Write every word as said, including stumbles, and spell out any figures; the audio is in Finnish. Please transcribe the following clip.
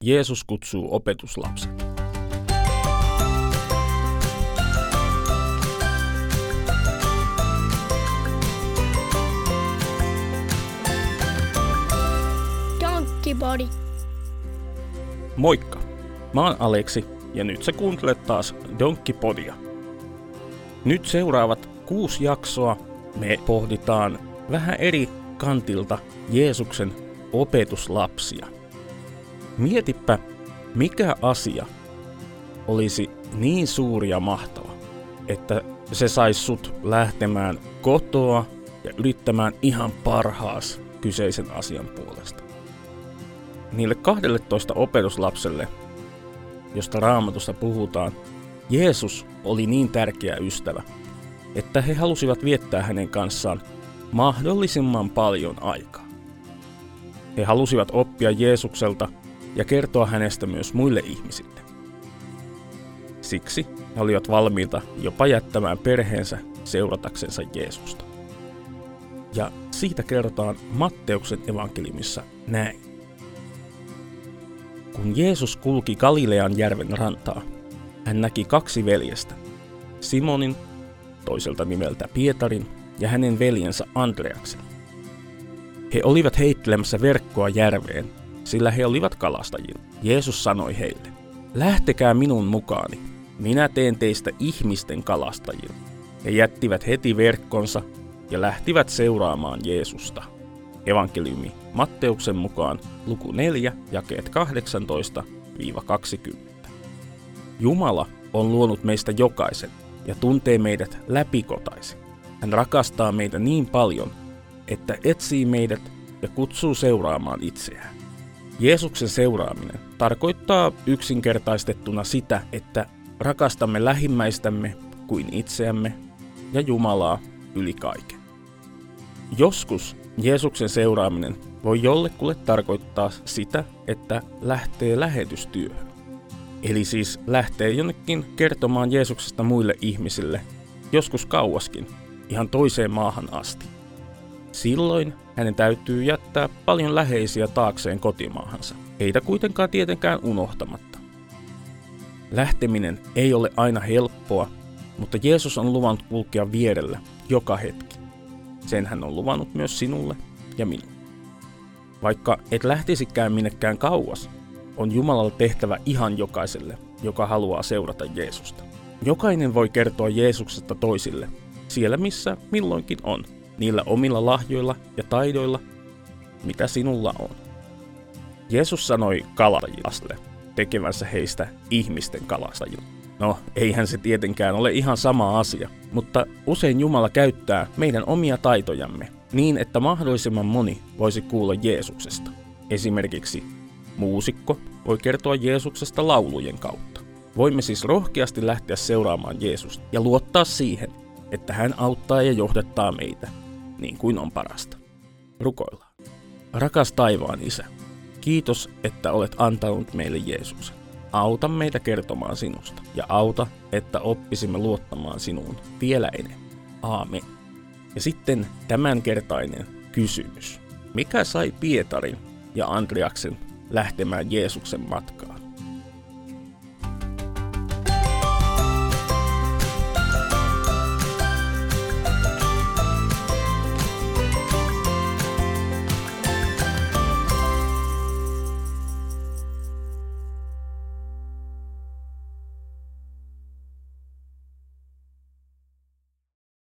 Jeesus kutsuu opetuslapset. Donkkipodi. Moikka! Mä oon Aleksi ja nyt sä kuuntelet taas Donkkipodia. Nyt seuraavat kuusi jaksoa me pohditaan vähän eri kantilta Jeesuksen opetuslapsia. Mietipä, mikä asia olisi niin suuri ja mahtava, että se saisi sut lähtemään kotoa ja yrittämään ihan parhaas kyseisen asian puolesta. Niille kahdelletoista opetuslapselle, josta Raamatussa puhutaan, Jeesus oli niin tärkeä ystävä, että he halusivat viettää hänen kanssaan mahdollisimman paljon aikaa. He halusivat oppia Jeesukselta ja kertoa hänestä myös muille ihmisille. Siksi he olivat valmiita jopa jättämään perheensä seurataksensa Jeesusta. Ja siitä kerrotaan Matteuksen evankeliumissa näin. Kun Jeesus kulki Galilean järven rantaa, hän näki kaksi veljestä, Simonin, toiselta nimeltä Pietarin, ja hänen veljensä Andreaksen. He olivat heittelemässä verkkoa järveen, sillä he olivat kalastajia. Jeesus sanoi heille, lähtekää minun mukaani, minä teen teistä ihmisten kalastajia. He jättivät heti verkkonsa ja lähtivät seuraamaan Jeesusta. Evankeliumi Matteuksen mukaan luku neljä, jakeet kahdeksantoista kaksikymmentä. Jumala on luonut meistä jokaisen ja tuntee meidät läpikotaisin. Hän rakastaa meitä niin paljon, että etsii meidät ja kutsuu seuraamaan itseään. Jeesuksen seuraaminen tarkoittaa yksinkertaistettuna sitä, että rakastamme lähimmäistämme kuin itseämme ja Jumalaa yli kaiken. Joskus Jeesuksen seuraaminen voi jollekulle tarkoittaa sitä, että lähtee lähetystyöhön. Eli siis lähtee jonnekin kertomaan Jeesuksesta muille ihmisille, joskus kauaskin, ihan toiseen maahan asti. Silloin hänen täytyy jättää paljon läheisiä taakseen kotimaahansa, heitä kuitenkaan tietenkään unohtamatta. Lähteminen ei ole aina helppoa, mutta Jeesus on luvannut kulkea vierellä joka hetki. Sen hän on luvannut myös sinulle ja minulle. Vaikka et lähtisikään minnekään kauas, on Jumalalla tehtävä ihan jokaiselle, joka haluaa seurata Jeesusta. Jokainen voi kertoa Jeesuksesta toisille, siellä missä milloinkin on, niillä omilla lahjoilla ja taidoilla, mitä sinulla on. Jeesus sanoi kalastajille tekevänsä heistä ihmisten kalastajia. No, eihän se tietenkään ole ihan sama asia, mutta usein Jumala käyttää meidän omia taitojamme niin, että mahdollisimman moni voisi kuulla Jeesuksesta. Esimerkiksi muusikko voi kertoa Jeesuksesta laulujen kautta. Voimme siis rohkeasti lähteä seuraamaan Jeesusta ja luottaa siihen, että hän auttaa ja johdattaa meitä, niin kuin on parasta. Rukoillaan. Rakas taivaan Isä, kiitos, että olet antanut meille Jeesuksen. Auta meitä kertomaan sinusta ja auta, että oppisimme luottamaan sinuun vielä enemmän. Aamen. Ja sitten tämänkertainen kysymys. Mikä sai Pietarin ja Andreaksen lähtemään Jeesuksen matkaan?